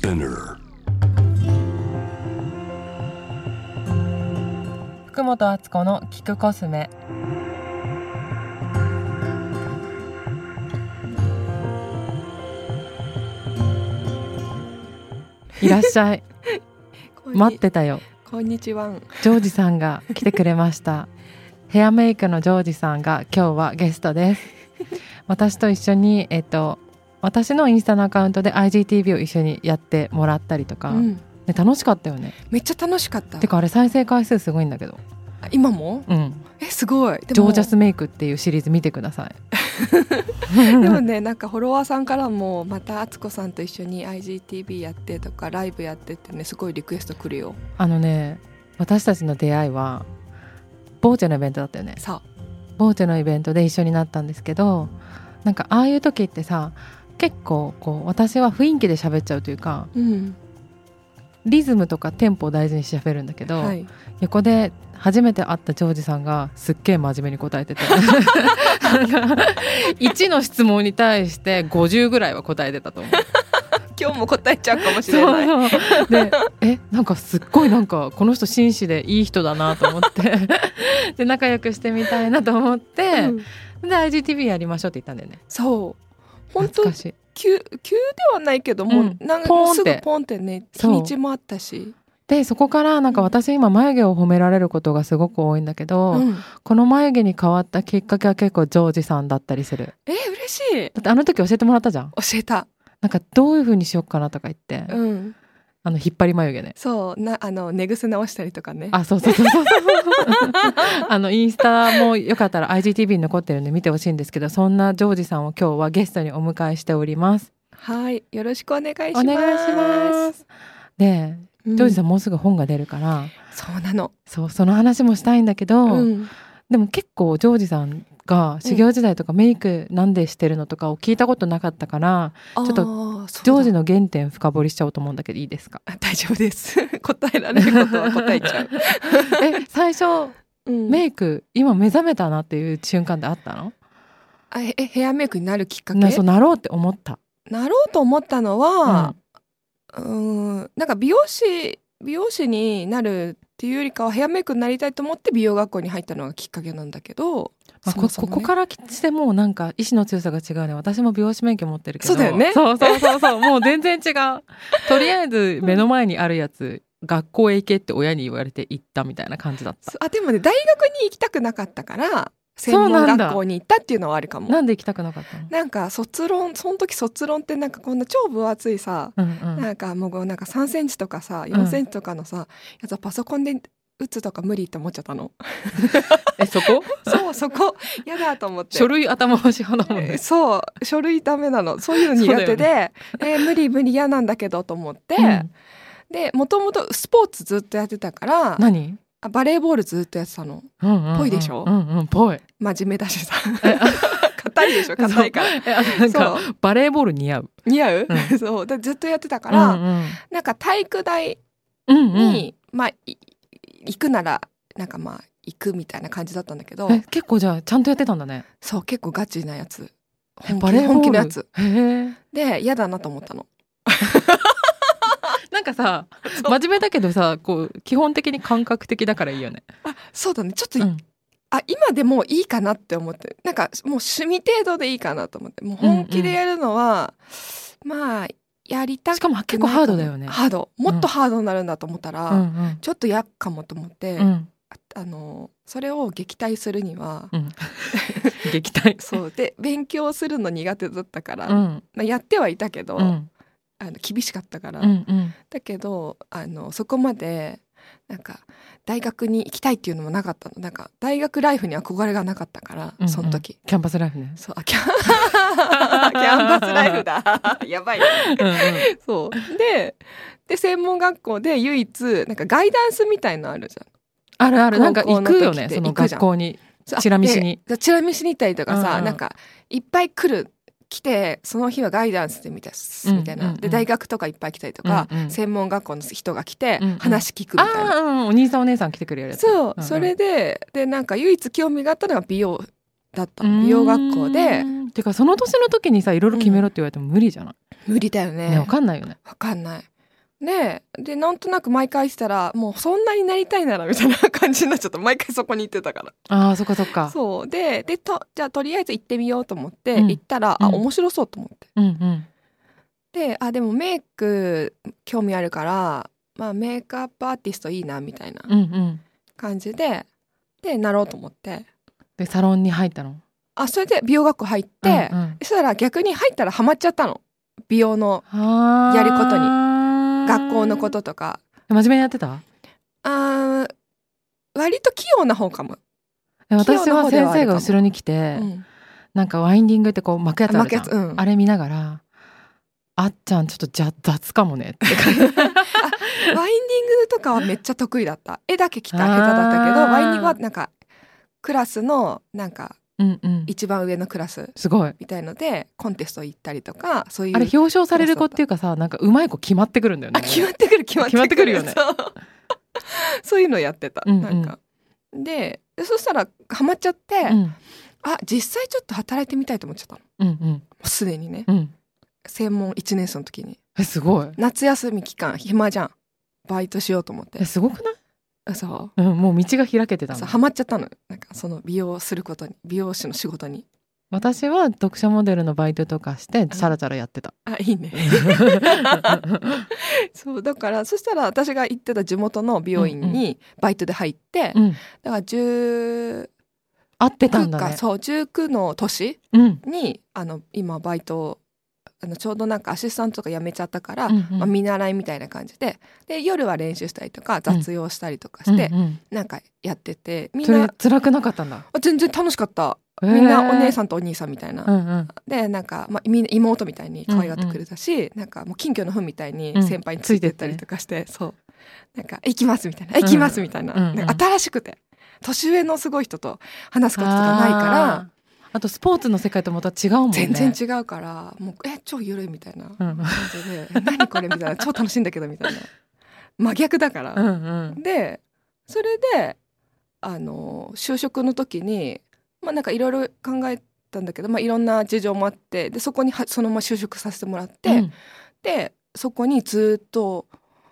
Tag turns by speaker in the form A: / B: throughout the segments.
A: Spinner。
B: 福本敦子の聞くコスメ。いらっしゃい。待ってたよ。
C: こんにちは。
B: ジョージさんが来てくれました。ヘアメイクのジョージさんが今日はゲストです。私と一緒に、私のインスタのアカウントで IGTV を一緒にやってもらったりとか、で楽しかったよね。
C: めっちゃ楽しかった。
B: てかあれ再生回数すごいんだけど。
C: 今も？すごい。
B: ジョージャスメイクっていうシリーズ見てください。
C: でもね、なんかフォロワーさんからもまた敦子さんと一緒に IGTV やってとかライブやってってね、すごいリクエスト来るよ。
B: 私たちの出会いはボーチェのイベントだったよね。
C: そう、
B: ボーチェのイベントで一緒になったんですけど、なんかああいう時ってさ、結構こう私は雰囲気で喋っちゃうというか、リズムとかテンポを大事にしゃべるんだけど、横で初めて会ったジョージさんがすっげえ真面目に答えてて1の質問に対して50ぐらいは答えてたと思う。
C: 今日も答えちゃうかもしれない。
B: そうで、なんかすっごいなんかこの人紳士でいい人だなと思ってで仲良くしてみたいなと思って、で IGTV やりましょうって言ったんだよね。
C: そう本当急ではないけども、なんかすぐポンってね、日にちもあったし、
B: でそこからなんか私今眉毛を褒められることがすごく多いんだけど、この眉毛に変わったきっかけは結構ジョージさんだったりする。
C: 嬉しい。
B: だってあの時教えてもらったじゃん。
C: 教えた。
B: なんかどういう風にしようかなとか言って、引っ張り眉毛ね。
C: そう寝癖直したりとかね。
B: そうインスタもよかったら IGTV に残ってるんで見てほしいんですけど、そんなジョージさんを今日はゲストにお迎えしております。
C: はい、よろしくお願いします。
B: お願いします。で、ジョージさんもうすぐ本が出るから、
C: そうなの。
B: その話もしたいんだけど、でも結構ジョージさんが修行時代とかメイクなんでしてるのとかを聞いたことなかったから、ちょっとジョージの原点深掘りしちゃおうと思うんだけど、いいですか？
C: 大丈夫です答えられることは答えちゃう
B: 最初、メイク今目覚めたなっていう瞬間であったの？
C: ヘアメイクになるきっかけ？
B: なろうって思った。
C: なろうと思ったのは、なんか美容師になるっていうよりかはヘアメイクになりたいと思って美容学校に入ったのがきっかけなんだけど、
B: ここからしてもうなんか意志の強さが違うね。私も美容師免許持ってるけど。
C: そうだよね。
B: そうもう全然違う。とりあえず目の前にあるやつ学校へ行けって親に言われて行ったみたいな感じだった。
C: でもね、大学に行きたくなかったから専門学校に行ったっていうのはあるかも。なん
B: で行きたくなかったの？
C: なんかその時卒論ってなんかこんな超分厚いさ、なんかもうなんか3センチとかさ4センチとかのさ、やつはパソコンで打つとか無理って思っちゃったの。
B: そこ
C: そこやだと思って。
B: 書類頭回し派だもんね。
C: そう書類ダメなの。そういうの苦手で、無理嫌なんだけどと思って、でもともとスポーツずっとやってたから。
B: 何？
C: バレーボールずっとやってたの。ぽいでしょ？
B: ぽい。
C: 真面目だしさ。硬いでしょ？硬いから。
B: なんかバレーボール似合う？
C: そうでずっとやってたから、なんか体育大に行くならなんか行くみたいな感じだったんだけど、
B: 結構じゃあちゃんとやってたんだね。
C: そう結構ガチなやつ。
B: バレーボール
C: 本気のやつで嫌だなと思ったの。
B: なんかさ、真面目だけどさ、こう基本的に感覚的だからいいよね。
C: そうだね。ちょっと、今でもいいかなって思って、なんかもう趣味程度でいいかなと思って、もう本気でやるのは、やりたくない。
B: しかも結構ハードだよね。
C: もっとハードになるんだと思ったら、ちょっと嫌かもと思って、それを撃退するには、
B: 撃退
C: そうで勉強するの苦手だったから、やってはいたけど、厳しかったから、だけどそこまでなんか大学に行きたいっていうのもなかったの。なんか大学ライフに憧れがなかったから、その時
B: キャンパスライフね。
C: そうキャンパスライフだやばいねそうで専門学校で唯一なんかガイダンスみたいのあるじゃん。
B: あるなんか行くよね、その学校にチラ見しに
C: 行ったりとかさ、なんかいっぱい来てその日はガイダンスでみたいな、で大学とかいっぱい来たりとか、専門学校の人が来て話聞くみたいな、
B: お兄さんお姉さん来てくれるやつ。
C: それでなんか唯一興味があったのが美容だったの。美容学校で。
B: てかその年の時にさいろいろ決めろって言われても無理じゃない？
C: 無理だよね。
B: 分かんないよね。
C: 分かんない。 でなんとなく毎回したらもうそんなになりたいならみたいな感じになっちゃった。毎回そこに行ってたから。
B: あ、そっかそっか。
C: そうでじゃあとりあえず行ってみようと思って行ったら、面白そうと思って、ででもメイク興味あるから、メイクアップアーティストいいなみたいな感じで、なろうと思って、
B: でサロンに入ったの？
C: それで美容学校入って、そしたら逆に入ったらハマっちゃったの。美容のやることに、学校のこととか。
B: 真面目にやってた？
C: 割と器用な方かも。
B: 私は先生が後ろに来て、なんかワインディングってこう巻くやつあるじゃん、あれ見ながら、あっちゃんちょっと雑かもねって感じワインディング
C: とかはめっちゃ得意だった。絵だけ描きた下手だったけど、ワインディングはなんかクラスのなんか一番上のクラス
B: すごい
C: みたいのでコンテスト行ったりとか、そういう
B: あれ表彰される子っていうかさ、なんかうまい子決まってくるんだよね。
C: 決まってくるよね。そういうのやってた、なんかでそしたらハマっちゃって、実際ちょっと働いてみたいと思っちゃったの、もうすでにね、専門1年生の時に。
B: すごい。
C: 夏休み期間暇じゃん、バイトしようと思って。
B: すごくない？
C: そう、
B: もう道が開けてたの。
C: ハマっちゃったの。なんかその美容することに、美容師の仕事に。
B: 私は読者モデルのバイトとかしてチャラチャラやってた。
C: いいねそうだから、そしたら私が行ってた地元の美容院にバイトで入って、だから19
B: 合ってたんだね。
C: そう19の年に、今バイトちょうどなんかアシスタントとか辞めちゃったから、見習いみたいな感じで、夜は練習したりとか雑用したりとかして、なんかやってて、みんな
B: それ辛くなかったんだ？
C: 全然楽しかった。みんなお姉さんとお兄さんみたいな、でなんか、みんな妹みたいに可愛がってくれたし、なんかもう金魚の糞みたいに先輩についてったりとかして、そうなんか行きますみたいな、行きますみたいな、なんか新しくて年上のすごい人と話すこととかないから、
B: あとスポーツの世界とまた違うもんね。
C: 全然違うから、もう超緩いみたいな感じで、何これみたいな、超楽しいんだけどみたいな、真逆だから、でそれで就職の時になんかいろいろ考えたんだけど、いろんな事情もあって、でそこにそのまま就職させてもらって、でそこにずっと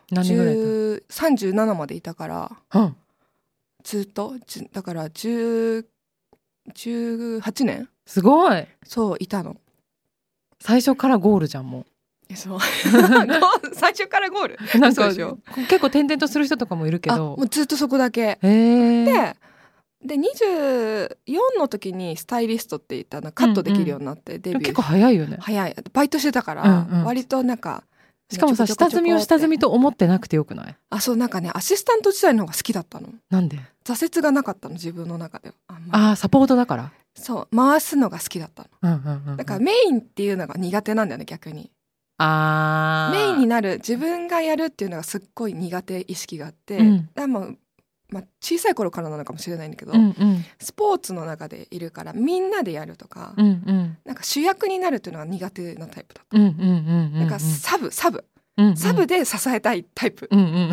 C: 37までいたから、ずっとだから18年
B: すごい。
C: そういたの。
B: 最初からゴールじゃん。もう
C: そう最初からゴール
B: なんか結構転々とする人とかもいるけど、
C: もうずっとそこだけで24の時にスタイリストって言ったのカットできるようになって、デビュー。
B: 結構早いよね。
C: 早い。バイトしてたから、割となんか
B: しかもさ、下積みを下積みと思ってなくてよくない？
C: そう、なんかね、アシスタント時代の方が好きだったの。
B: なんで？
C: 挫折がなかったの、自分の中で
B: は。サポートだから。
C: そう、回すのが好きだったの。だからメインっていうのが苦手なんだよね、逆に。メインになる、自分がやるっていうのがすっごい苦手意識があって、でも小さい頃からなのかもしれないんだけど、スポーツの中でいるからみんなでやるとか、なんか主役になるっていうのが苦手なタイプだった。なんかサブで支えたいタイプ。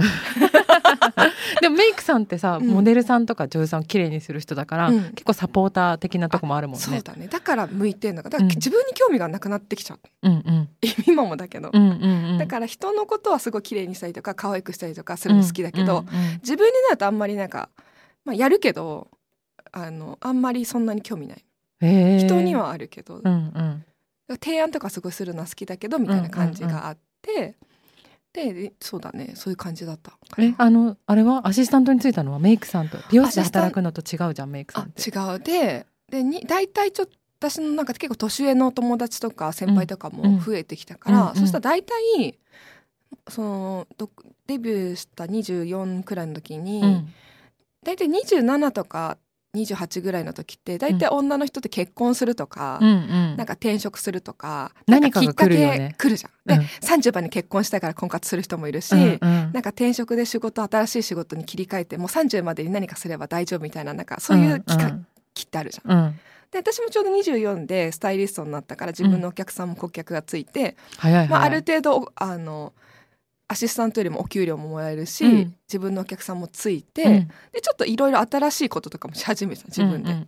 B: でもメイクさんってさ、モデルさんとか女優さんを綺麗にする人だから、結構サポーター的なとこもあるもんね。
C: そうだね。だから向いてんのか。だから自分に興味がなくなってきちゃう。今もだけど。だから人のことはすごい綺麗にしたりとか可愛くしたりとかするの好きだけど、自分になるとあんまりなんか、やるけどあんまりそんなに興味ない。人にはあるけど、提案とかすごいするのは好きだけどみたいな感じがあって、でそうだね、そういう感じだった。
B: あれはアシスタントについたのはメイクさんと美容師で働くのと違うじゃん、メイクさんって。
C: 違う。で大体ちょっと私の中で結構年上の友達とか先輩とかも増えてきたから、そしたら大体そのデビューした24くらいの時に、大体27とか28ぐらいの時って大体女の人って結婚するとか、なんか転職するとか、
B: 何かが来るよね。
C: 来るじゃん。で、30番に結婚したから婚活する人もいるし、なんか転職で新しい仕事に切り替えてもう30までに何かすれば大丈夫みたいな、なんかそういう期ってあるじゃん。で私もちょうど24でスタイリストになったから自分のお客さんも顧客がついて、ある程度アシスタントよりもお給料ももらえるし、自分のお客さんもついて、でちょっといろいろ新しいこととかもし始めた自分で。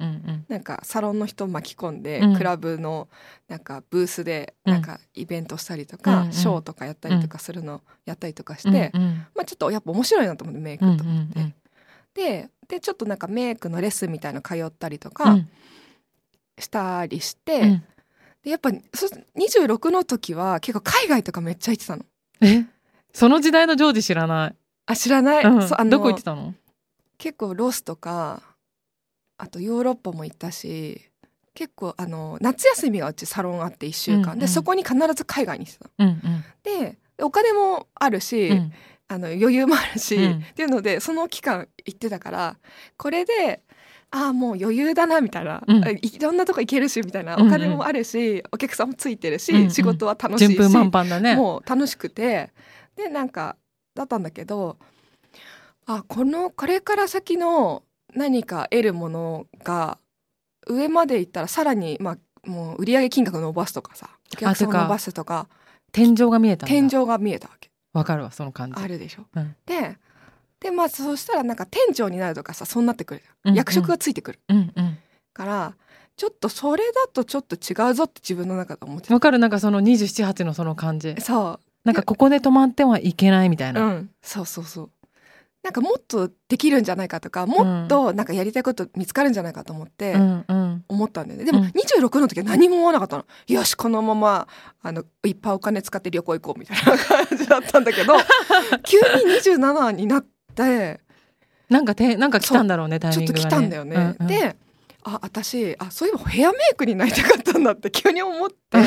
C: なんかサロンの人巻き込んで、
B: うん
C: クラブのなんかブースでなんかイベントしたりとか、
B: うん
C: ショーとかやったりとかするのやったりとかして、
B: うんうん
C: まあ、ちょっとやっぱ面白いなと思ってメイク
B: うん
C: と思って、
B: うん
C: でちょっとなんかメイクのレッスンみたいなの通ったりと
B: う
C: か
B: ん
C: したりして、
B: うん
C: でやっぱ26の時は結構海外とかめっちゃ行ってたの。
B: その時代のジョージ知らない。
C: あ、知らない、
B: どこ行ってたの？
C: 結構ロスとかあとヨーロッパも行ったし、結構夏休みがうちサロンあって1週間、でそこに必ず海外にしてた、でお金もあるし、余裕もあるし、っていうのでその期間行ってたから、これでもう余裕だなみたいな、いろんなとこ行けるしみたいな、お金もあるし、お客さんもついてるし、仕事は楽しいし、
B: 順風満帆だね。
C: もう楽しくて、でなんかだったんだけど、これから先の何か得るものが上まで行ったらさらに、もう売上金額伸ばすとかさ、お客さんを伸ばすとか、
B: 天井が見えたんだ。
C: 天井が見えたわけ。
B: わかるわ、その感じ。
C: あるでしょ、でそうしたらなんか店長になるとかさ、そうなってくる、役職がついてくる、からちょっとそれだとちょっと違うぞって自分の中で思ってた。
B: わかる、なんかその27、8のその感じ。
C: そう
B: なんかここで止まってはいけないみたいな、
C: そうなんかもっとできるんじゃないかとか、もっとなんかやりたいこと見つかるんじゃないかと思って思ったんだよね。でも26の時は何も思わなかったの。よし、このままいっぱいお金使って旅行行こうみたいな感じだったんだけど急に27になって
B: なんか来たんだろうね、タイミングがね。
C: ちょっと来たんだよね、で私そういえばヘアメイクになりたかったんだって急に思って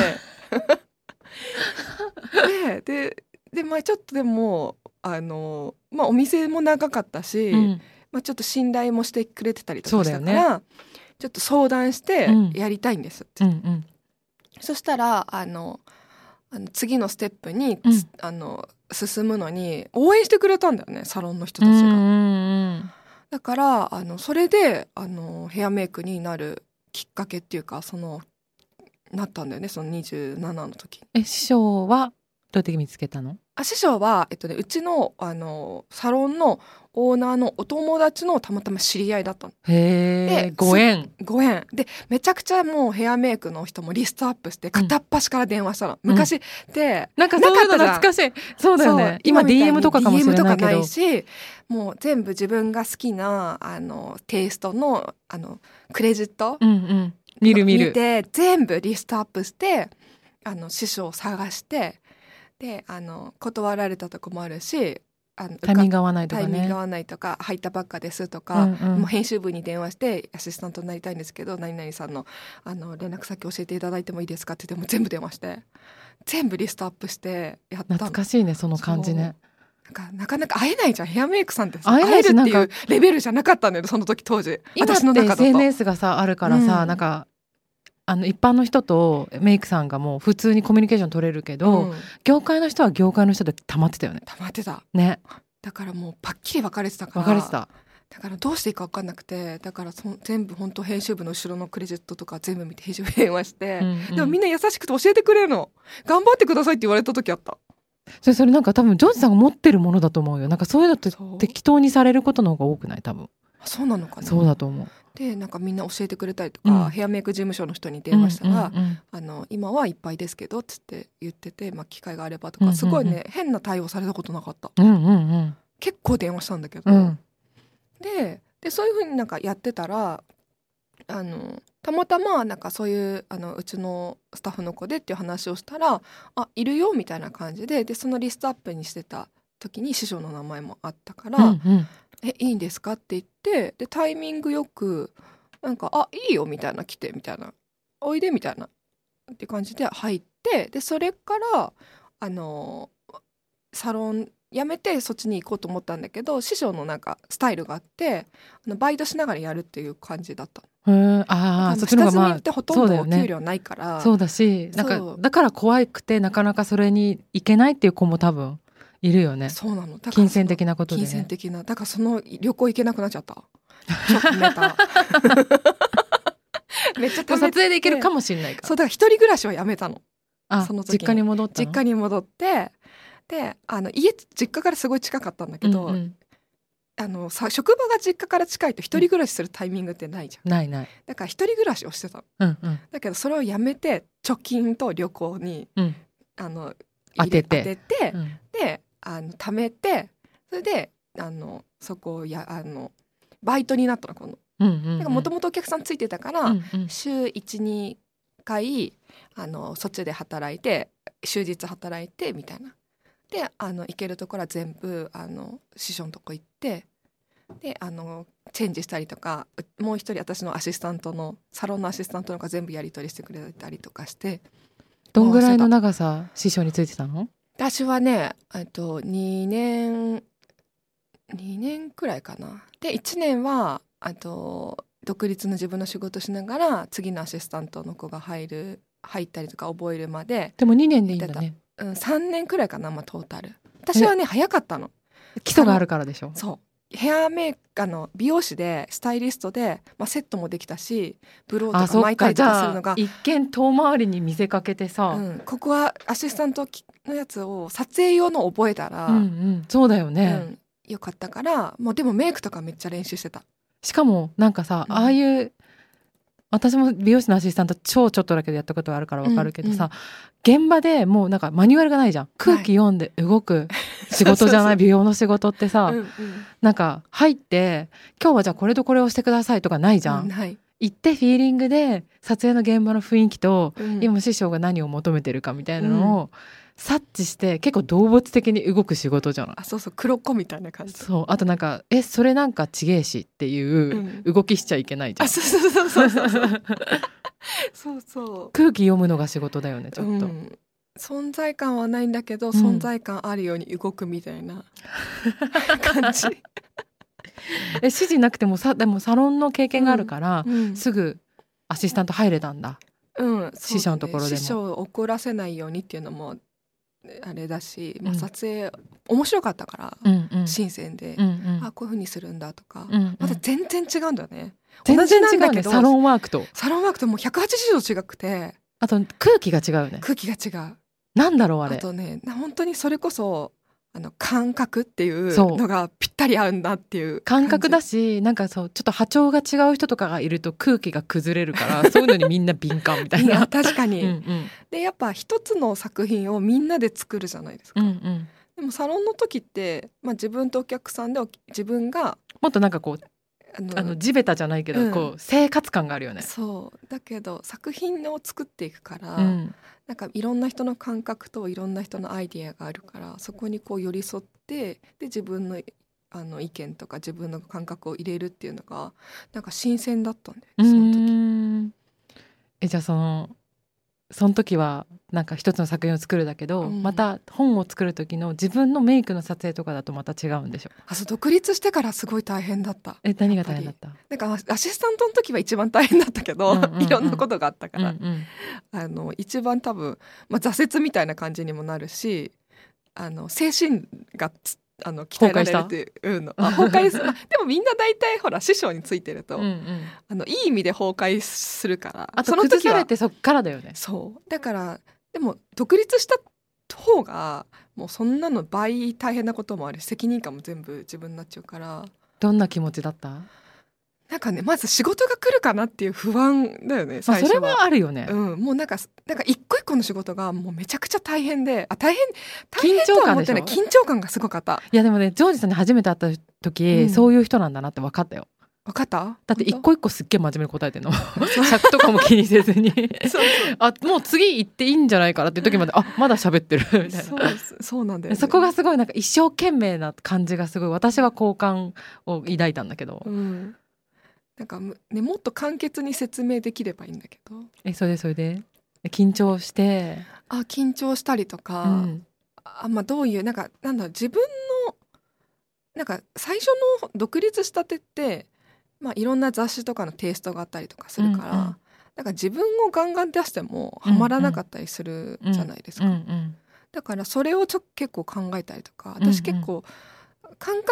C: でちょっとでもお店も長かったし、ちょっと信頼もしてくれてたりとかしたから、ちょっと相談してやりたいんですって、そしたら次のステップに、進むのに応援してくれたんだよね、サロンの人たちが。だからそれでヘアメイクになるきっかけっていうか、なったんだよね、その27の時に。
B: 師匠はどうやって見つけたの？
C: 師匠は、うちの、サロンのオーナーのお友達のたまたま知り合いだったの。
B: へー、ご縁
C: でめちゃくちゃもうヘアメイクの人もリストアップして片っ端から電話したの、昔って
B: なんかそういうの懐かしい。そうだよね。今 DM とかかもしれないけど、
C: DM とかないし、もう全部自分が好きなテイストのクレジット、見て全部リストアップして師匠を探して、で断られたとこもあるし、
B: タイミング合わないとかね、
C: タイミング合わないとか、入ったばっかですとか、もう編集部に電話してアシスタントになりたいんですけど、何々さんの連絡先教えていただいてもいいですかって言っても全部電話して全部リストアップしてやったの。
B: 懐かしいね、その感じね。
C: なかなか会えないじゃん、ヘアメイクさんってさ、会えるっていうレベルじゃなかったんだよ、その時当時。
B: 今って SNS がさあるからさ、なんか一般の人とメイクさんがもう普通にコミュニケーション取れるけど、業界の人は業界の人で溜まってたよね。
C: 溜まってた
B: ね。
C: だからもうパッキリ分かれてたから、だからどうしていいか分かんなくて、だから全部本当編集部の後ろのクレジットとか全部見て編集部電話して、でもみんな優しくて教えてくれるの。頑張ってくださいって言われた時あった。
B: それなんか多分ジョージさんが持ってるものだと思うよ。なんかそういうのって適当にされることの方が多くない？多分
C: そうなのかな。
B: そうだと思う。
C: でなんかみんな教えてくれたりとか、ヘアメイク事務所の人に電話したら、今はいっぱいですけどつって言ってて、機会があればとか、すごいね変な対応されたことなかった、結構電話したんだけど、でそういう風になんかやってたらたまたまなんかそういううちのスタッフの子でっていう話をしたら、いるよみたいな感じで、そのリストアップにしてた時に師匠の名前もあったから、いいんですかって言って、でタイミングよくなんかいいよみたいな、来てみたいな、おいでみたいなって感じで入って、でそれからサロン辞めてそっちに行こうと思ったんだけど、師匠のなんかスタイルがあってバイトしながらやるっていう感じだった。そっちの方がってほとんど給料ないから、
B: そうだし、なんかだから怖くてなかなかそれに行けないっていう子も多分いるよね。
C: そうなの。だから
B: 金銭的なことで、ね、
C: 金銭的な、だからその旅行行けなくなっちゃった。ちょっとめためっちゃ
B: 撮影で行けるかもしれないから。
C: そうだから一人暮らしはやめたの。その時に
B: 実家に戻ったの。
C: で実家からすごい近かったんだけど、 職場が実家から近いと一人暮らしするタイミングってないじゃん。
B: ないない。
C: だから一人暮らしをしてたの、だけどそれをやめて貯金と旅行に、当てて、で貯めて、それでそこをバイトになったの今度。もともとお客さんついてたから、週 1,2 回そっちで働いて終日働いてみたいな。で行けるところは全部師匠のとこ行って、でチェンジしたりとか、もう一人私のアシスタントのサロンのアシスタントのが全部やり取りしてくれたりとかして。
B: どんぐらいの長さ師匠についてたの？
C: 私はね2年くらいかな。で1年は独立の自分の仕事しながら次のアシスタントの子が入ったりとか覚えるまで。
B: でも2年でいいんだね。
C: 3年くらいかな、トータル。私はね早かったの。
B: 基礎があるからでしょ。
C: そうヘアメイク美容師でスタイリストで、セットもできたしブローとか巻いたりとかするのが
B: 一見遠回りに見せかけてさ、
C: ここはアシスタントのやつを撮影用の覚えたら、
B: そうだよね、
C: よかったから。もうでもメイクとかめっちゃ練習してた。
B: しかもなんかさ、ああいう私も美容師のアシスタント超ちょっとだけどやったことあるから分かるけどさ、現場でもうなんかマニュアルがないじゃん。空気読んで動く仕事じゃない美容の仕事ってさ、なんか入って今日はじゃあこれとこれをしてくださいとかないじゃん、行ってフィーリングで撮影の現場の雰囲気と、今師匠が何を求めてるかみたいなのを察知して結構動物的に動く仕事じゃない。
C: そう黒子みたいな感じ。
B: あとなんかそれなんかちげえしっていう動きしちゃいけないじゃん。そう空気読むのが仕事だよね。ちょっと、
C: 存在感はないんだけど、存在感あるように動くみたいな感じ。
B: 指示なくてもでもサロンの経験があるから、すぐアシスタント入れたんだ。師匠のところでも
C: 師匠を怒らせないようにっていうのもあれだし、撮影面白かったから、新鮮で、こういう風にするんだとか、また全然違うんだよね。
B: 全然違うね。サロンワークと
C: もう180度違くて、
B: あと空気が違うね。
C: 空気が違う。
B: なんだろうあれ。
C: あとね、本当にそれこそ感覚っていうのがぴったり合うんだっていう
B: 感覚だし、なんかちょっと波長が違う人とかがいると空気が崩れるからそういうのにみんな敏感みたいな。
C: 確かにでやっぱ一つの作品をみんなで作るじゃないですか、でもサロンの時って、自分とお客さんで自分が
B: もっとなんかこう地べたじゃないけど、こう生活感があるよね。
C: そうだけど作品を作っていくから、なんかいろんな人の感覚といろんな人のアイディアがあるから、そこにこう寄り添って、で自分の意見とか自分の感覚を入れるっていうのがなんか新鮮だったんで、その
B: 時。じゃあその時はなんか一つの作品を作るだけど、また本を作る時の自分のメイクの撮影とかだとまた違うんでしょ。
C: 独立してからすごい大変だった。
B: 何が大変だった？
C: なんかアシスタントの時は一番大変だったけど、いろんなことがあったから、一番多分、挫折みたいな感じにもなるし、精神が鍛えられるっていうの崩壊するでもみんな大体ほら師匠についてると、いい意味で崩壊するから、
B: あと崩されてそっからだよね。
C: そうだからでも独立した方がもうそんなの倍大変なこともあるし、責任感も全部自分になっちゃうから。
B: どんな気持ちだった？
C: なんかね、まず仕事が来るかなっていう不安だよね、最初は。
B: それはあるよね。
C: もうなんか一個一個の仕事がもうめちゃくちゃ大変で、大変とは思ってない。緊張感がすごかった。
B: いやでもね、ジョージさんに初めて会った時、そういう人なんだなって分かったよ。
C: 分かった？
B: だって一個一個すっげえ真面目に答えてんの。尺とかも気にせずにもう次行っていいんじゃないかなっていう時までまだ喋ってるみたいな。
C: そうなんだよね。
B: そこがすごいなんか一生懸命な感じがすごい私は好感を抱いたんだけど、
C: なんかね、もっと簡潔に説明できればいいんだけど。
B: それで緊張して
C: 緊張したりとか、どういうなんだろう、自分のなんか最初の独立したてって、いろんな雑誌とかのテイストがあったりとかするから、なんか自分をガンガン出してもハマらなかったりするじゃないですか。だからそれを結構考えたりとか、私結構感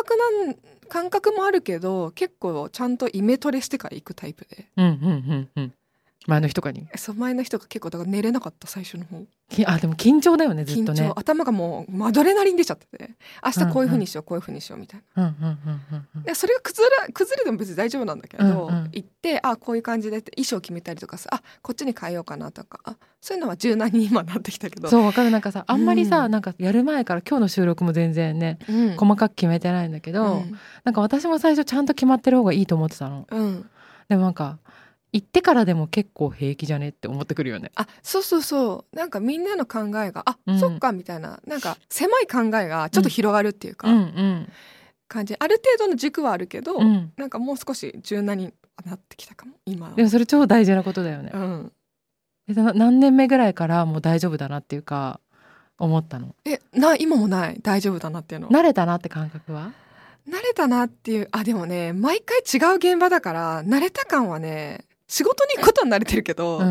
C: 覚もあるけど結構ちゃんとイメトレしてから行くタイプで、
B: 前の日とかに。
C: そう、前の日とか結構だから寝れなかった、最初の方。
B: あ、でも緊張だよね、ずっとね。
C: 緊張、頭がもうアドレナリン出ちゃってて、明日こういう風にしよう、こういう風にしようみたいな。でそれが崩れても別に大丈夫なんだけど、行ってこういう感じでって衣装決めたりとかさ、こっちに変えようかなとか、そういうのは柔軟に今なってきたけど。
B: そう、わかる。なんかさ、あんまりさ、なんかやる前から今日の収録も全然ね、細かく決めてないんだけど、なんか私も最初ちゃんと決まってる方がいいと思ってたの。でもなんか行ってからでも結構平気じゃねって思ってくるよね。
C: そうそうそう、なんかみんなの考えがそっかみたいな、なんか狭い考えがちょっと広がるっていうか、感じ。ある程度の軸はあるけど、なんかもう少し柔軟になってきたかも今は。
B: でもそれ超大事なことだよね。何年目ぐらいからもう大丈夫だなっていうか思ったの？
C: 今もない、大丈夫だなっていうの。
B: 慣れたなって感覚は？
C: 慣れたなっていう、でもね、毎回違う現場だから慣れた感はね、仕事に行くことは慣れてるけど、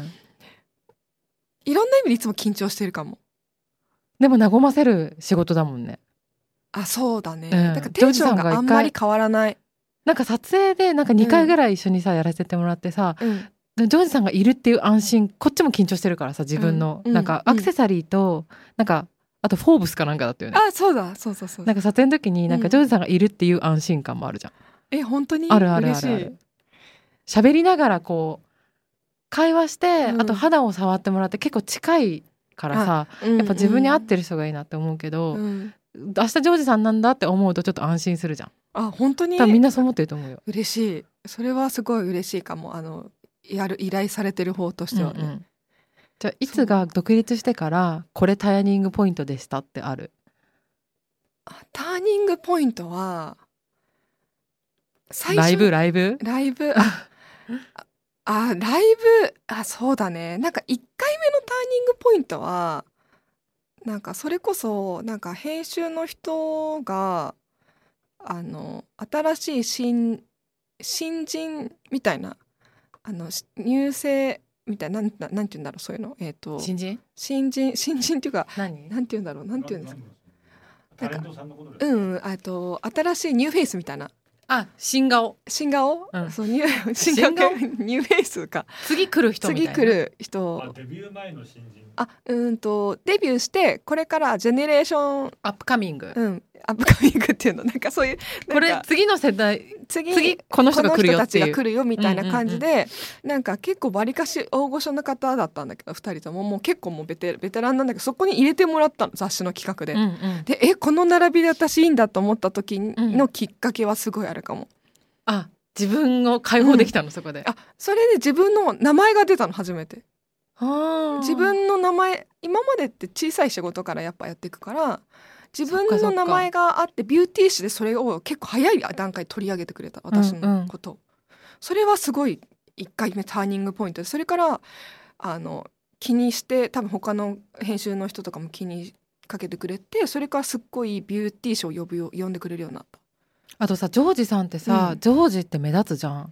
C: いろんな意味でいつも緊張してるかも。
B: でも和ませる仕事だもんね。
C: そうだね。だからテンションがあんまり変わらない。
B: なんか撮影でなんか2回ぐらい一緒にさ、やらせてもらってさ、ジョージさんがいるっていう安心、こっちも緊張してるからさ、自分の、なんかアクセサリーとなんかあとフォーブスかなんかだったよね。
C: そうだ、そうそうそう。
B: なんか撮影の時になんかジョージさんがいるっていう安心感もあるじゃん。
C: 本当に？
B: あるあるあるある。喋りながらこう会話して、あと肌を触ってもらって結構近いからさ、やっぱ自分に合ってる人がいいなって思うけど、明日ジョージさんなんだって思うとちょっと安心するじゃん。
C: 本当に？
B: 多分みんなそう思ってると思うよ。
C: 嬉しい。それはすごい嬉しいかも。依頼されてる方としてはね。
B: じゃあいつが独立してからこれターニングポイントでしたってある？
C: ターニングポイントは
B: ライブライブ
C: ライブそうだね。なんか1回目のターニングポイントはなんかそれこそなんか編集の人が新しい新人みたいな入生みたいな、なんて言うんだろう、そういうの、新人っていうか、なんて言うんだろう、なんて言うんですか、タレントさんのことですか？新しいニューフェイスみたいな。
B: 新顔、
C: そう、ニューフェイスか。
B: 次来る人みたいな。
C: 次来る人。
A: デビュー前の新人。
C: デビューしてこれからジェネレーション
B: アップカミング。
C: アップカミングっていうの、なんかそういう、
B: これ次の世代、次この人が来るよっていう、
C: この人たちが来るよみたいな感じで、なんか結構バリカシ大御所の方だったんだけど、2人とももう結構もうベテランなんだけど、そこに入れてもらったの、雑誌の企画で。でこの並びで私いいんだと思った時のきっかけはすごいあるかも。
B: 自分を解放できたの、そこで。
C: それで自分の名前が出たの、初めて。自分の名前、今までって小さい仕事からやっぱやっていくから、自分の名前があってビューティッシュでそれを結構早い段階で取り上げてくれた、私のこと、それはすごい1回目ターニングポイントで、それから気にして、多分他の編集の人とかも気にかけてくれて、それからすっごいビューティッシュを呼んでくれるようになった。
B: あとさ、ジョージさんってさ、ジョージって目立つじゃん。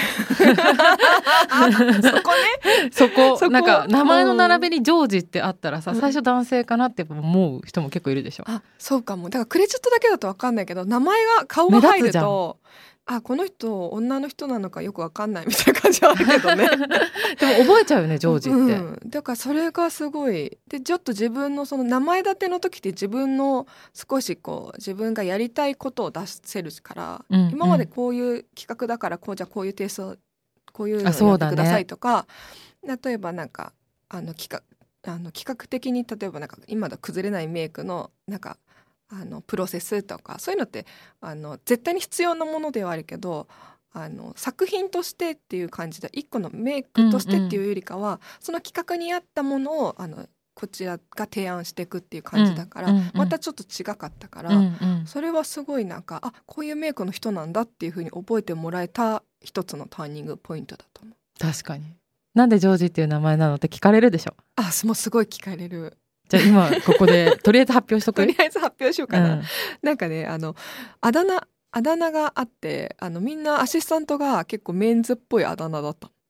B: そこなんか名前の並びにジョージってあったらさ、最初男性かなって思う人も結構いるでしょ。
C: そうかも。だからクレジットだけだと分かんないけど、名前が顔が入るとこの人女の人なのかよく分かんないみたいな感じはあるけどね。
B: でも覚えちゃうよね、ジョージって、
C: だからそれがすごいで、ちょっと自分のその名前立ての時って自分の少しこう自分がやりたいことを出せるから、今までこういう企画だからじゃあこういうテイスト、こういうのをやってくださいとか、例えばなんか企画的に、例えばなんか今だ崩れないメイクのなんかプロセスとか、そういうのって絶対に必要なものではあるけど、作品としてっていう感じで、一個のメイクとしてっていうよりかは、その企画に合ったものをこちらが提案していくっていう感じだから、またちょっと違かったから、それはすごいなんかこういうメイクの人なんだっていう風に覚えてもらえた一つのターニングポイントだと思う。
B: 確かに。なんでジョージっていう名前なのって聞かれるでしょ。
C: もうすごい聞かれる。
B: じゃあ今ここでとりあえず発表しとく。
C: とりあえず発表しようかな。なんかね、あだ名があって、みんなアシスタントが結構メンズっぽいあだ名だった。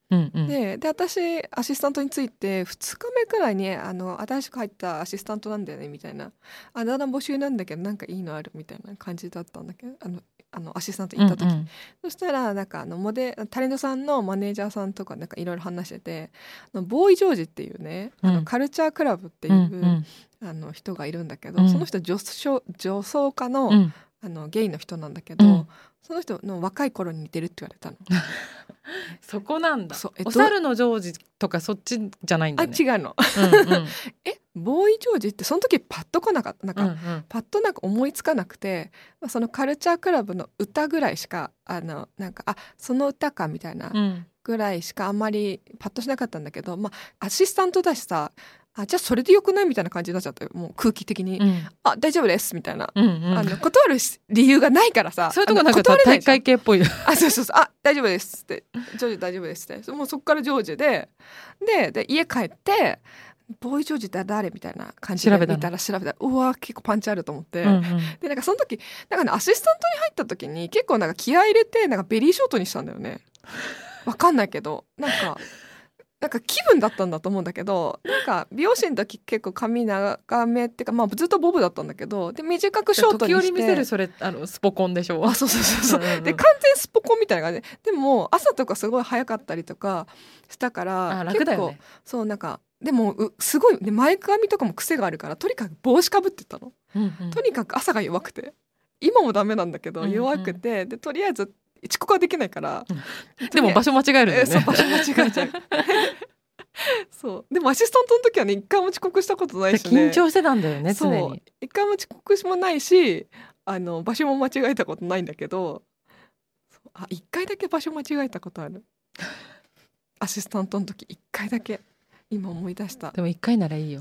C: で私アシスタントについて2日目くらいに新しく入ったアシスタントなんだよねみたいな、あだ名募集なんだけどなんかいいのあるみたいな感じだったんだけど、アシスタント行った時、そしたらなんかタレントさんのマネージャーさんとかなんかいろいろ話してて、ボーイジョージっていうね、カルチャークラブっていう、人がいるんだけど、その人女装家の、ゲイの人なんだけど、その人の若い頃に似てるって言われたの。
B: そこなんだ。お猿のジョージとかそっちじゃないんだね。
C: 違うの。ボーイジョージってその時パッと来なかった、なんか、パッとなんか思いつかなくて、そのカルチャークラブの歌ぐらいしかなんかその歌かみたいなぐらいしかあんまりパッとしなかったんだけど、アシスタントだしさ、じゃあそれでよくないみたいな感じになっちゃったよ、もう空気的に、大丈夫ですみたいな、断る理由がないからさ、
B: そういうとこなんか大会系っぽい
C: そう大丈夫ですってジョージ大丈夫ですって、もうそっからジョージで家帰ってボーイジョージって誰みたいな感じで見たら調べたら、うわ結構パンチあると思って、でなんかその時なんかね、アシスタントに入った時に結構なんか気合い入れてなんかベリーショートにしたんだよね。わかんないけどなんか気分だったんだと思うんだけど、なんか美容師の時結構髪長めっていうか、ずっとボブだったんだけど、で短くショートにして、
B: 時折見せるそれスポコンでしょ。
C: そうで完全スポコンみたいな感じでも朝とかすごい早かったりとかしたから、
B: 楽だよね。
C: そうなんかでもすごいで前髪とかも癖があるから、とにかく帽子かぶってたの、とにかく朝が弱くて、今もダメなんだけど弱くて、でとりあえず遅刻はできないから、
B: でも場所間違えるんだよね。
C: そう場所間違えちゃうそうでもアシスタントの時はね一回も遅刻したことないしね。
B: 緊張してたんだよね、常に。
C: 一回も遅刻もないし場所も間違えたことないんだけど、一回だけ場所間違えたことあるアシスタントの時一回だけ、今思い出した。
B: でも一回ならいいよ、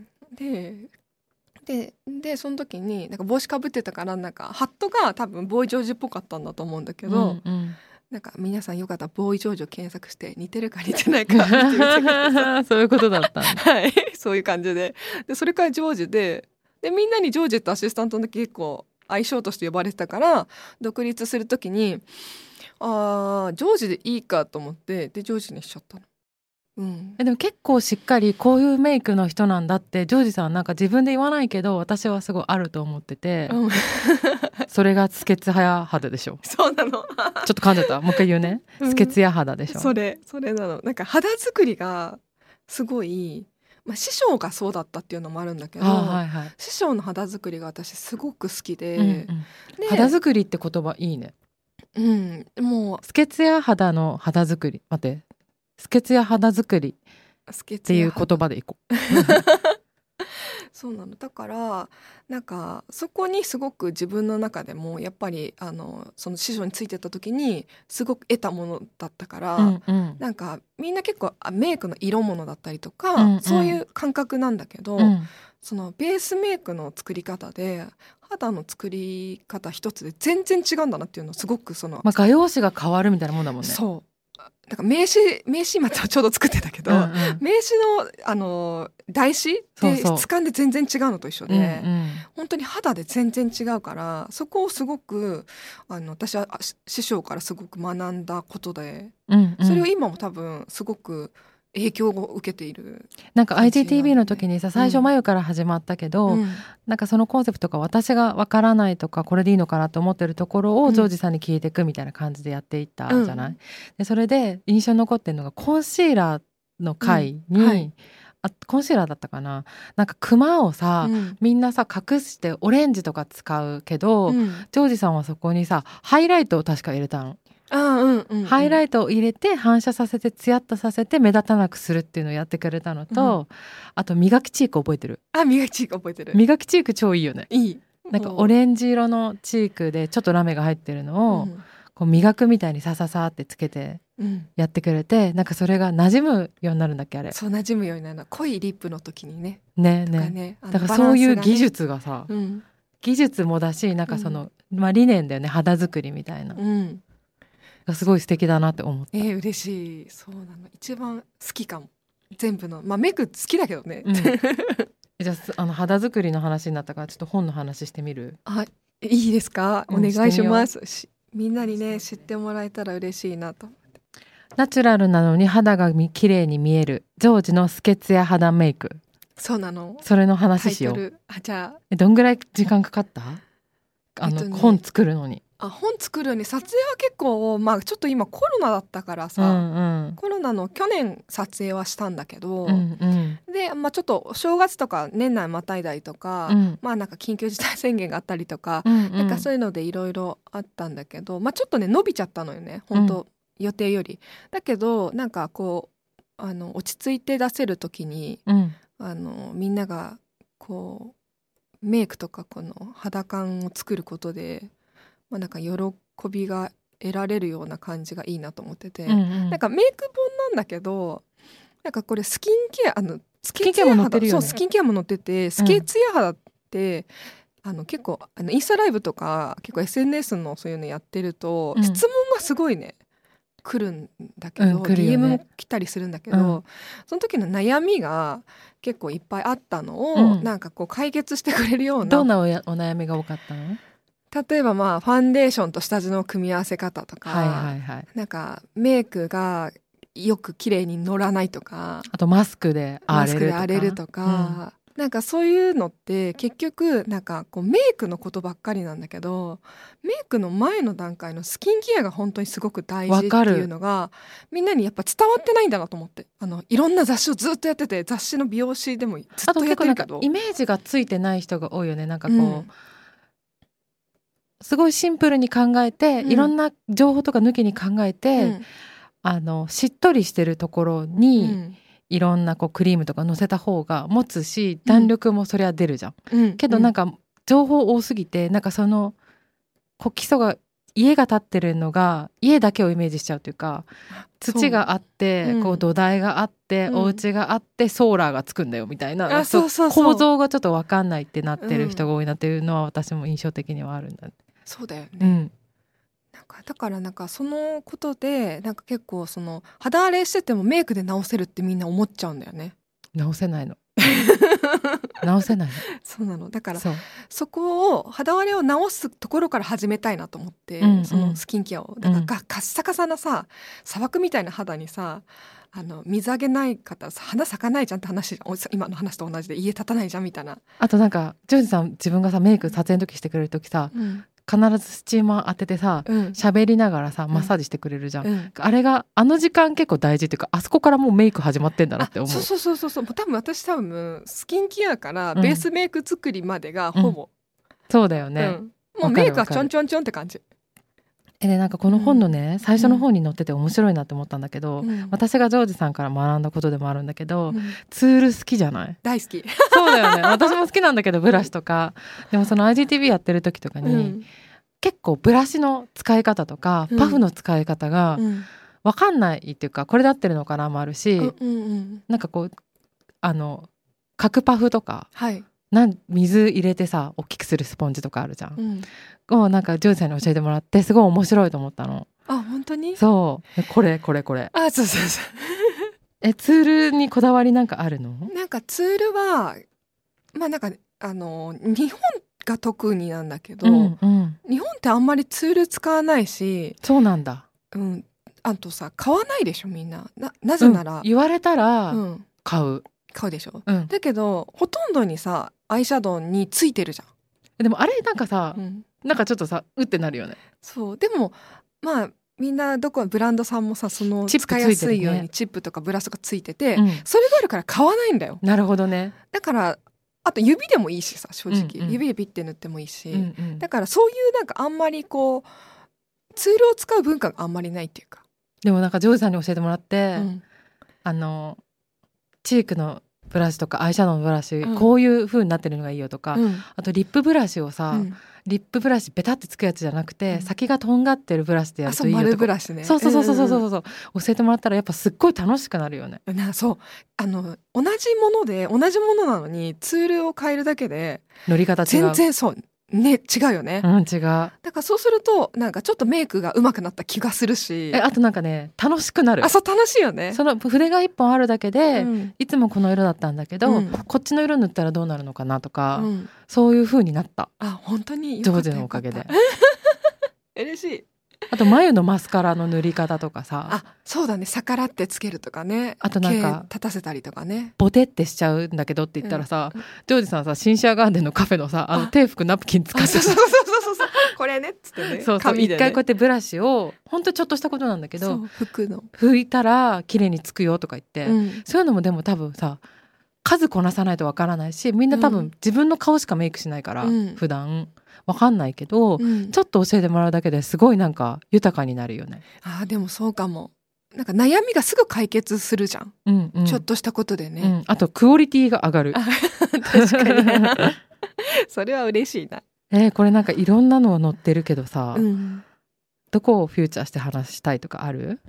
C: でその時になんか帽子かぶってたから、なんかハットが多分ボーイジョージっぽかったんだと思うんだけど、なんか皆さんよかったらボーイジョージを検索して似てるか似てないか見てみてください
B: そういうことだった
C: はいそういう感じでそれからジョージでみんなにジョージってアシスタントの時結構愛称として呼ばれてたから、独立する時にジョージでいいかと思って、でジョージにしちゃったの。
B: でも結構しっかりこういうメイクの人なんだってジョージさんはなんか自分で言わないけど私はすごいあると思ってて、それがスケツヤ肌でしょ。
C: そうなの
B: ちょっと噛んじゃった、もう一回言うね、スケツヤ肌でしょ。
C: それなの。なんか肌作りがすごい、師匠がそうだったっていうのもあるんだけど、師匠の肌作りが私すごく好きで、
B: 肌作りって言葉いいね。
C: もう
B: スケツヤ肌の肌作り、待って、スケツヤ肌作りっていう言葉でいこう
C: そうなの。だからなんかそこにすごく自分の中でもやっぱりその師匠についてた時にすごく得たものだったから、なんかみんな結構メイクの色物だったりとか、そういう感覚なんだけど、そのベースメイクの作り方で肌の作り方一つで全然違うんだなっていうのをすごく
B: 画用紙が変わるみたいなもんだもんね。
C: そうなんか名刺今ちょうど作ってたけど、名刺の台紙で質感で全然違うのと一緒で、本当に肌で全然違うから、そこをすごく私は師匠からすごく学んだことで、それを今も多分すごく影響を受けている。
B: なんか IGTV の時にさ、最初眉から始まったけど、なんかそのコンセプトが私がわからないとかこれでいいのかなと思ってるところをジョージさんに聞いていくみたいな感じでやっていったじゃない、でそれで印象に残ってるのがコンシーラーの回に、コンシーラーだったかな、なんかクマをさ、みんなさ隠してオレンジとか使うけど、ジョージさんはそこにさハイライトを確か入れたの。ハイライトを入れて反射させてツヤっとさせて目立たなくするっていうのをやってくれたのと、あと磨きチーク覚えてる？
C: 磨きチーク覚えてる。
B: 磨きチーク超いいよね。
C: いい。
B: なんかオレンジ色のチークでちょっとラメが入ってるのを、こう磨くみたいにサササってつけてやってくれて、なんかそれが馴染むようになるんだっけあれ。
C: そう馴染むようになるの。濃いリップの時にね。
B: だからそういう技術がさ、技術もだし、なんかその、理念だよね、肌作りみたいな。すごい素敵だなって思った。
C: 嬉しい。そうなの。一番好きかも。全部のメイク好きだけどね。
B: じゃあ肌作りの話になったからちょっと本の話してみる？
C: いいですか？お願いします。みんなにね知ってもらえたら嬉しいなと思って。
B: ナチュラルなのに肌が綺麗に見えるジョージのスケツヤ肌メイク。
C: そうなの。
B: それの話しよう。
C: じゃあ
B: どんぐらい時間かかった？本作るのに。
C: 本作るのに撮影は結構ちょっと今コロナだったからさ、コロナの去年撮影はしたんだけど、で、ちょっと正月とか年内またいだりとか、なんか緊急事態宣言があったりとか、なんかそういうのでいろいろあったんだけど、ちょっとね伸びちゃったのよね本当、予定より。だけどなんかこう落ち着いて出せる時に、みんながこうメイクとかこの肌感を作ることで、なんか喜びが得られるような感じがいいなと思ってて、なんかメイク本なんだけど、なんかこれスキンケアスキンケアも載ってるよね。そう、スキンケアも載ってて、スケツヤ肌って、結構インスタライブとか結構 SNS のそういうのやってると、質問がすごいね来るんだけど、DM も来たりするんだけど、その時の悩みが結構いっぱいあったのを、なんかこう解決してくれるような。
B: どんなお悩みが多かったの？
C: 例えばファンデーションと下地の組み合わせ方とか、なんかメイクがよく綺麗に乗らないとか、
B: あとマスクで荒れる
C: とか、なんかそういうのって結局なんかこうメイクのことばっかりなんだけど、メイクの前の段階のスキンケアが本当にすごく大事っていうのがみんなにやっぱ伝わってないんだなと思って、いろんな雑誌をずっとやってて、雑誌の美容誌でもずっとやってるけど、
B: イメージがついてない人が多いよね。なんかこう、すごいシンプルに考えて、いろんな情報とか抜きに考えて、しっとりしてるところに、いろんなこうクリームとか乗せた方が持つし、弾力もそりゃ出るじゃん、けどなんか情報多すぎて、なんかそのこう基礎が家が建ってるのが家だけをイメージしちゃうというか、土があって、こう土台があって、お家があってソーラーがつくんだよみたいな、構造がちょっと分かんないってなってる人が多いなっていうのは私も印象的にはあるんだ。
C: そうだよね、だからなんかそのことでなんか結構その肌荒れしててもメイクで直せるってみんな思っちゃうんだよね。
B: 直せないの直せないの。
C: そうなの。だからそこを肌荒れを直すところから始めたいなと思って、そのスキンケアをだからカッサカサなさ砂漠みたいな肌にさ、水あげない方花咲かないじゃんって話、今の話と同じで家立たないじゃんみたいな。
B: あとなんかジョージさん自分がさメイク撮影の時してくれる時さ、必ずスチーマー当ててさ喋、りながらさマッサージしてくれるじゃん、あれが時間結構大事っていうか、あそこからもうメイク始まってんだなって思う。
C: そう多分スキンケアからベースメイク作りまでがほぼ、
B: そうだよね、
C: もうメイクはちょんちょんちょんって感じ。
B: でなんかこの本のね、最初の方に載ってて面白いなって思ったんだけど、私がジョージさんから学んだことでもあるんだけど、ツール好きじゃない？
C: 大好き。
B: そうだよね。私も好きなんだけどブラシとか、でもその IGTV やってる時とかに、結構ブラシの使い方とか、パフの使い方が分かんないっていうか、これで合ってるのかなもあるし、なんかこう角パフとか、水入れてさ大きくするスポンジとかあるじゃん、をなんかジョージさんに教えてもらってすごい面白いと思ったの。
C: 本当に？
B: そうこれ
C: そう
B: ツールにこだわりなんかあるの？
C: なんかツールはなんか日本が特になんだけど、日本ってあんまりツール使わないし。
B: そうなんだ。
C: あとさ買わないでしょみんな。なぜなら、
B: 言われたら買う
C: でしょ、だけどほとんどにさアイシャドウについてるじゃん。
B: でもあれなんかさ、なんかちょっとさうってなるよね。
C: そうでもみんなどこブランドさんもさその使いやすいようにチップとかブラシとかついてて、それがあるから買わないんだよ。
B: なるほどね。
C: だからあと指でもいいしさ正直、指でピッて塗ってもいいし、だからそういうなんかあんまりこうツールを使う文化があんまりないっていうか。
B: でもなんかジョージさんに教えてもらって、チークのブラシとかアイシャドウのブラシ、こういう風になってるのがいいよとか、あとリップブラシをさ、リップブラシベタってつくやつじゃなくて、先がとんがってるブラシでやるといいよとか。
C: 丸ブラシね。
B: そう教えてもらったらやっぱすっごい楽しくなるよね。
C: そう同じものなのにツールを変えるだけで
B: 乗り方違う。
C: 全然そうね、違うよね。
B: 違う。だ
C: からそうするとなんかちょっとメイクが上手くなった気がするし、
B: あとなんかね楽しくなる。
C: そう楽しいよね。
B: その筆が一本あるだけで、いつもこの色だったんだけど、こっちの色塗ったらどうなるのかなとか、そういう風になった。
C: 本当に
B: ジョージのおかげで。
C: 嬉しい。
B: あと眉のマスカラの塗り方とかさ、
C: あ、そうだね、逆らってつけるとかね、
B: あとなんか
C: 立たせたりとかね、
B: ボテってしちゃうんだけどって言ったらさ、ジョージさんさ、シンシアガーデンのカフェのさ、手拭くナプキン使ってさ、
C: そうこれねっつってね、
B: そうそう、一回こうやってブラシをほんとちょっとしたことなんだけど、拭いたら綺麗につくよとか言って、そういうのもでも多分さ、数こなさないとわからないし、みんな多分自分の顔しかメイクしないから、普段わかんないけど、ちょっと教えてもらうだけですごいなんか豊かになるよね。
C: でもそうかも。なんか悩みがすぐ解決するじゃん、ちょっとしたことでね、
B: あとクオリティが上がる。
C: 確かにそれは嬉しいな。
B: これなんかいろんなの載ってるけどさ、どこをフューチャーして話したいとかある？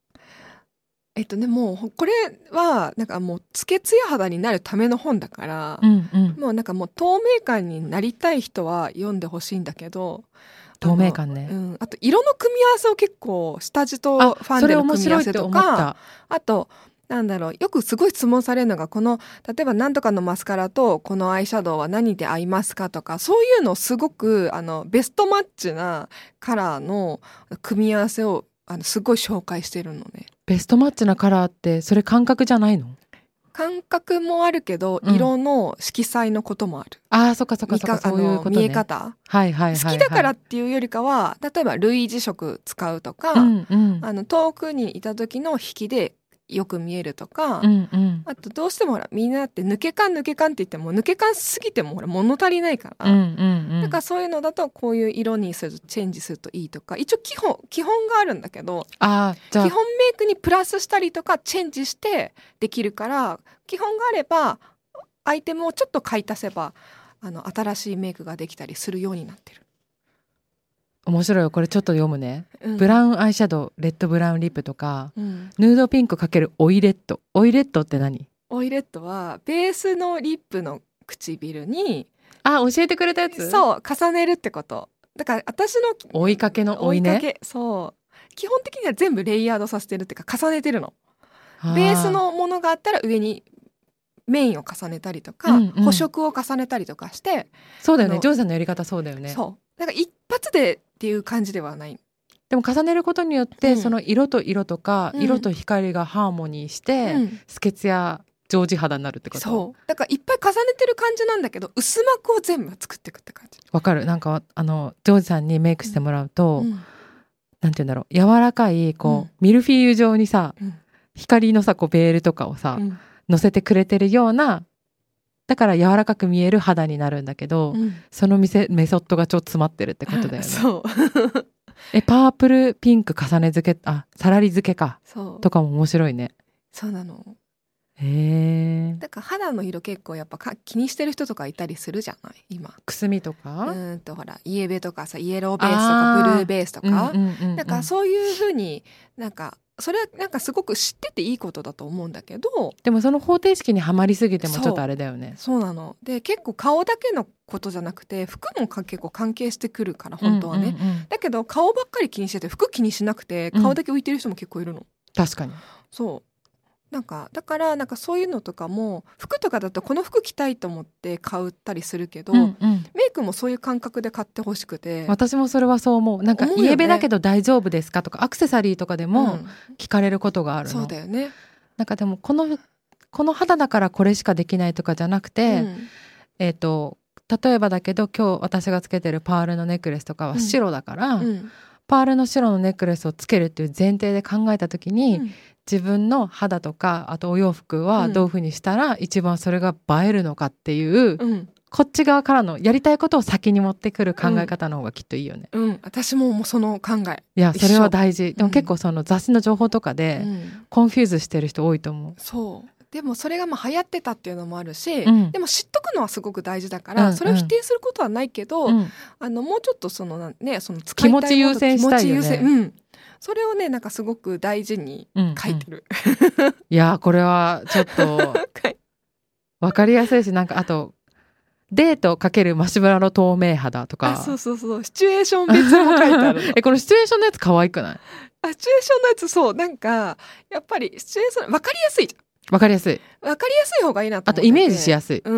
C: もうこれはなんかもうつけつや肌になるための本だから、もうなんかもう透明感になりたい人は読んでほしいんだけど、
B: 透明感ね、
C: あと色の組み合わせを結構下地とファンデの組み合わせとか、あとなんだろう、よくすごい質問されるのが、この例えば何とかのマスカラとこのアイシャドウは何で合いますかとか、そういうのをすごくベストマッチなカラーの組み合わせをすごい紹介してるのね。
B: ベストマッチなカラーってそれ感覚じゃないの？
C: 感覚もあるけど、色の色彩のこともある。
B: そっかそっかそっか、そういうことね。
C: 見え方、好きだからっていうよりかは、例えば類似色使うとか、遠くにいた時の引きでよく見えるとか、あとどうしてもほらみんなって抜け感って言っても抜け感すぎてもほら物足りないから、だからそういうのだとこういう色にするとチェンジするといいとか、一応基本があるんだけど、基本メイクにプラスしたりとかチェンジしてできるから、基本があればアイテムをちょっと買い足せば新しいメイクができたりするようになってる。
B: 面白いよ、これちょっと読むね、ブラウンアイシャドウ、レッドブラウンリップとか、ヌードピンク×オイレット。オイレットって何？
C: オイレットはベースのリップの唇に
B: 教えてくれたやつ？
C: そう重ねるってこと。だから私の
B: 追いかけの追いね。
C: そう基本的には全部レイヤードさせてるっていうか重ねてるの。ベースのものがあったら上にメインを重ねたりとか、補色を重ねたりとかして。
B: そうだよね、ジョージさんのやり方そうだよね。
C: そうだから一発でっていう感じではない。
B: でも重ねることによって、その色と色とか、色と光がハーモニーして、透けつや常時肌になるってこと。
C: そうだからいっぱい重ねてる感じなんだけど、薄膜を全部作っていくって感じ。
B: わかる。なんかジョージさんにメイクしてもらうと、なんていうんだろう、柔らかいミルフィーユ状にさ、光のさベールとかをさ、乗せてくれてるような、だから柔らかく見える肌になるんだけど、そのメソッドがちょっと詰まってるってことだよね。
C: そう
B: パープルピンク重ね付け、サラリ付けかとかも面白いね。
C: そうなの。だから肌の色結構やっぱ気にしてる人とかいたりするじゃない今。
B: くすみとか
C: ほらイエベとかさ、イエローベースとかブルーベースとか、だからそういう風になんかそれはなんかすごく知ってていいことだと思うんだけど、
B: でもその方程式にはまりすぎてもちょっとあれだよね。
C: そうなの。で結構顔だけのことじゃなくて服も結構関係してくるから本当はね、だけど顔ばっかり気にしてて服気にしなくて顔だけ浮いてる人も結構いるの。
B: 確かに。
C: そうなんかだからなんかそういうのとかも、服とかだとこの服着たいと思って買ったりするけど、メイクもそういう感覚で買ってほしくて。
B: 私もそれはそう思う。なんかイエベだけど大丈夫ですかとか、アクセサリーとかでも聞かれることがあるの。
C: そうだよね。
B: なんかでもこの肌だからこれしかできないとかじゃなくて、例えばだけど今日私がつけてるパールのネックレスとかは白だから、パールの白のネックレスをつけるっていう前提で考えた時に、自分の肌とかあとお洋服はどういうふうにしたら一番それが映えるのかっていう、こっち側からのやりたいことを先に持ってくる考え方の方がきっといいよね。
C: 私もその考え。
B: いやそれは大事。でも結構その雑誌の情報とかでコンフューズしてる人多いと思う。
C: そうでもそれが流行ってたっていうのもあるし、でも知っとくのはすごく大事だから、それを否定することはないけど、もうちょっとその使いたいものと
B: 気持ち優先したいよね。
C: それをねなんかすごく大事に書いてる。
B: いやこれはちょっと分かりやすいし、なんかあとデート×マシュマロ透明肌とか。
C: そうシチュエーション別も書いてあるの。
B: このシチュエーションのやつ可愛くない？
C: シチュエーションのやつそうなんかやっぱりシチュエーション分かりやすいじゃん。
B: 分かりやすい。
C: 分かりやすい方がいいなと思って。
B: あとイメージしやすい。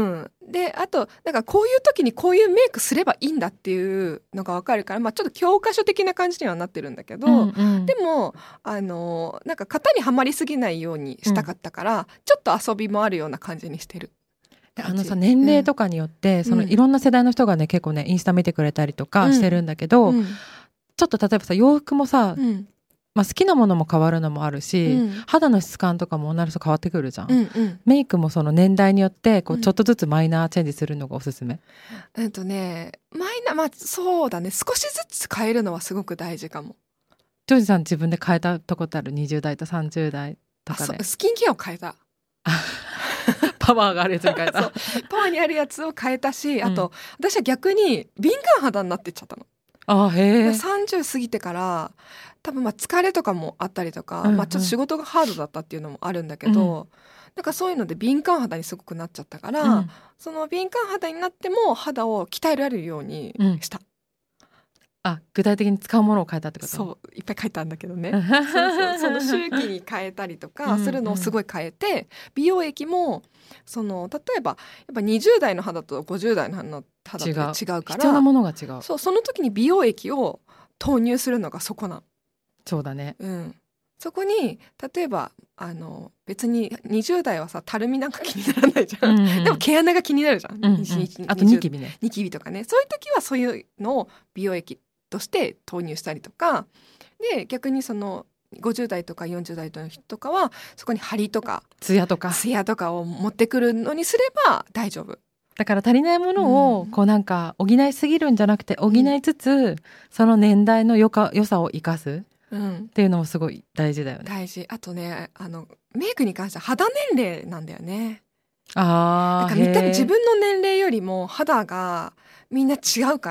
C: であとなんかこういう時にこういうメイクすればいいんだっていうのが分かるから、ちょっと教科書的な感じにはなってるんだけど、でもなんか型にはまりすぎないようにしたかったから、ちょっと遊びもあるような感じにしてる。
B: さ年齢とかによって、そのいろんな世代の人がね結構ねインスタ見てくれたりとかしてるんだけど、ちょっと例えばさ洋服もさ、好きなものも変わるのもあるし、肌の質感とかも女の人変わってくるじゃん、メイクもその年代によってこうちょっとずつマイナーチェンジするのがおすすめ。
C: マイナー、そうだね、少しずつ変えるのはすごく大事かも。
B: ジョージさん自分で変えたとこってある？20代と30代とかで。
C: スキンケアを変えた
B: パワーがあるやつに変えた
C: パワーにあるやつを変えたし、あと私は逆に敏感肌になってっちゃったの。30過ぎてから多分疲れとかもあったりとか、ちょっと仕事がハードだったっていうのもあるんだけど、なんかそういうので敏感肌にすごくなっちゃったから、その敏感肌になっても肌を鍛えられるようにした、
B: 具体的に使うものを変えたってこと？
C: そういっぱい変えたんだけどねその周期に変えたりとかするのをすごい変えて、美容液も例えばやっぱ20代の肌と50代の肌って違うから
B: 必要なものが違う。
C: その時に美容液を投入するのがそこなの。
B: そうだね、
C: そこに例えば別に20代はさたるみなんか気にならないじゃん、でも毛穴が気になるじゃん、
B: あとニキビね、
C: ニキビとかね、そういう時はそういうのを美容液として投入したりとかで、逆にその50代とか40代の人とかはそこに張りとか
B: ツヤとか
C: を持ってくるのにすれば大丈夫
B: だから。足りないものをこうなんか補いすぎるんじゃなくて補いつつ、その年代の良さを生かすっていうのもすごい大事だよね。
C: 大事。あとねメイクに関しては肌年齢なんだよね。
B: なん
C: か自分の年齢よりも肌がみんな違うから、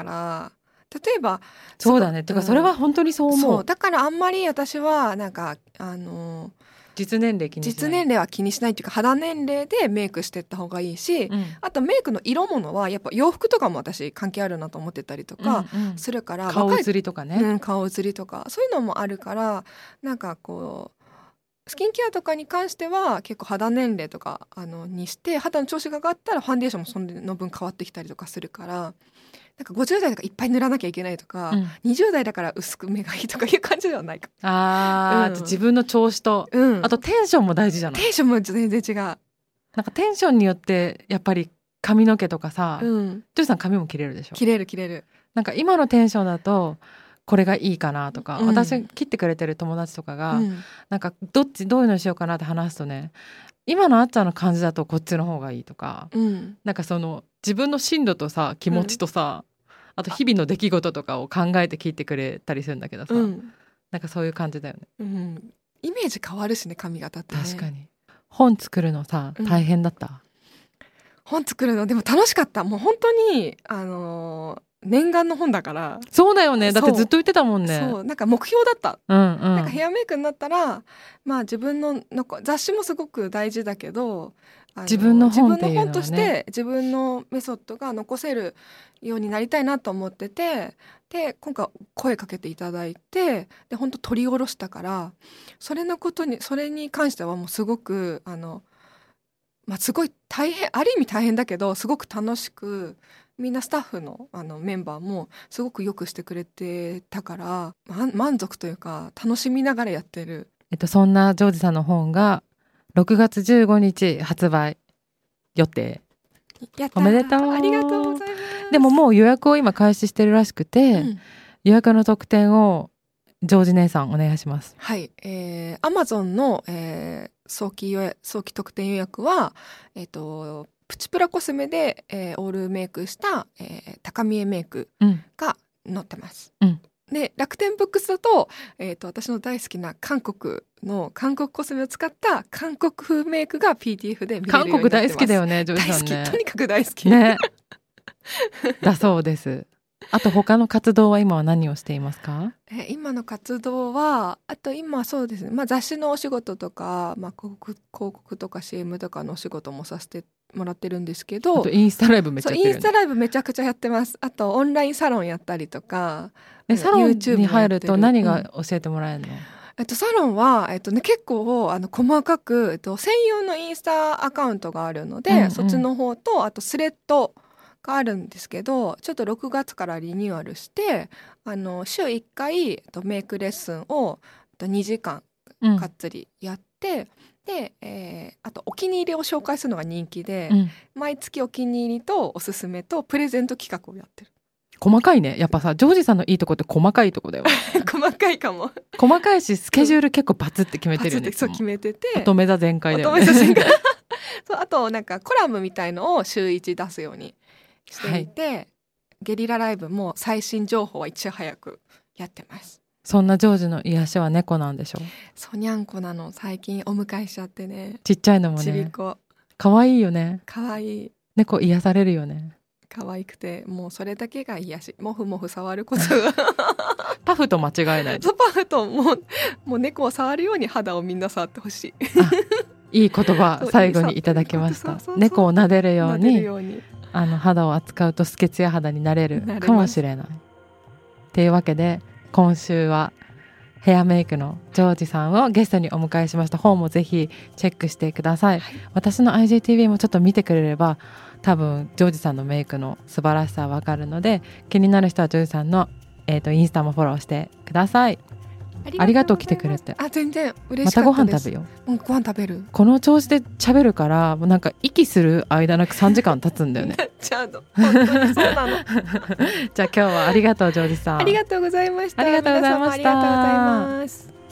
C: 例えば
B: そうだね、てかそれは本当にそう思う。
C: そうだからあんまり私はなんか
B: 実年齢
C: は気にしないっていうか、肌年齢でメイクしていった方がいいし、あとメイクの色物はやっぱ洋服とかも私関係あるなと思ってたりとかするから、
B: 顔写りとかね、
C: 顔写りとかそういうのもあるから、なんかこうスキンケアとかに関しては結構肌年齢とかにして、肌の調子が上がったらファンデーションもその分変わってきたりとかするから、なんか50代とかいっぱい塗らなきゃいけないとか、20代だから薄く目がいいとかいう感じではないか。
B: 自分の調子と、あとテンションも大事じゃない？
C: テンションも全然違う。
B: なんかテンションによってやっぱり髪の毛とかさ、ジョーさん髪も切れるでしょ？
C: 切れる。なん
B: か今のテンションだとこれがいいかなとか、私切ってくれてる友達とかが、なんかどういうのしようかなって話すとね、今のあっちゃんの感じだとこっちの方がいいとか、なんかその自分の進路とさ気持ちとさ、あと日々の出来事とかを考えて聞いてくれたりするんだけどさ、なんかそういう感じだよね、
C: イメージ変わるしね、髪型ってね。
B: 確かに。本作るのさ大変だった？
C: 本作るのでも楽しかった。もう本当に念願の本だから。
B: そうだよね、だってずっと言ってたもんね。
C: そうなんか目標だった、なんかヘアメイクになったら、自分の雑誌もすごく大事だけど、
B: 自分の本っていうのはね、
C: として自分のメソッドが残せるようになりたいなと思ってて、で今回声かけていただいて、で本当取り下ろしたから、それに関してはもうすごくすごい大変、ある意味大変だけどすごく楽しく、みんなスタッフのメンバーもすごくよくしてくれてたから、満足というか楽しみながらやってる。
B: そんなジョージさんの本が6月15日発売予定。
C: やったー、
B: おめでとう。
C: ありがとうございます。
B: でももう予約を今開始してるらしくて、予約の特典をジョージ姉さんお願いします。
C: はい、Amazon の、早期特典予約は、プチプラコスメで、オールメイクした、高見えメイクが載ってます、で楽天ブックスだと、私の大好きな韓国コスメを使った韓国風メイクが PDF で見れるようになってます。
B: 韓国大好きだよね、ジョージさんね。
C: とにかく大好き
B: ねだそうです。あと他の活動は今は何をしていますか？
C: 今の活動は今そうですね、雑誌のお仕事とか、広告とか CM とかのお仕事もさせてもらってるんですけど、
B: あとインスタライブめっちゃやってる、
C: インスタライブめちゃくちゃやってます。あとオンラインサロンやったりとか。
B: サロンに入ると何が教えてもらえるの？
C: サロンは、結構細かく、専用のインスタアカウントがあるので、そっちの方とあとスレッドがあるんですけど、ちょっと6月からリニューアルして週1回メイクレッスンを2時間かっつりやって、で、あとお気に入りを紹介するのが人気で、毎月お気に入りとおすすめとプレゼント企画をやってる。
B: 細かいね。やっぱさ、ジョージさんのいいとこって細かいとこだよ。
C: 細かいかも。
B: 細かいし、スケジュール結構バツって決めてるよね。
C: そう決めてて、
B: 乙女座全開だよね。
C: そう、あとなんかコラムみたいのを週1出すようにしていて、はい、ゲリラライブも最新情報はいち早くやってます。
B: そんなジョージの癒しは猫なんでしょ？
C: そう、にゃんこなの。最近お迎えしちゃってね。
B: ちっちゃいのもね。
C: ちびっこ。
B: かわいいよね。
C: かわいい。
B: 猫癒されるよね。
C: 可愛くて、もうそれだけが癒し。もふもふ触ることが
B: パフと間違えない。
C: そう、パフともう猫を触るように肌をみんな触ってほし
B: い。いい言葉最後にいただきました。猫を撫でるように肌を扱うとスケツヤ肌になれるかもしれない。というわけで今週はヘアメイクのジョージさんをゲストにお迎えしました。本もぜひチェックしてください。はい、私の IGTV もちょっと見てくれれば多分ジョージさんのメイクの素晴らしさはわかるので、気になる人はジョージさんの、インスタもフォローしてください。ありがとう来てくれて。
C: 全然嬉しかったです。
B: またご飯食べよ
C: う。ご飯食べる。
B: この調子で喋るからもうなんか息する間なく3時間経つんだよね。
C: ちゃんと本当にそうなの。
B: じゃあ今日はありがとうジョージさん。
C: ありがとうございました。
B: ありがとうございました。
C: 皆様ありがとうございます。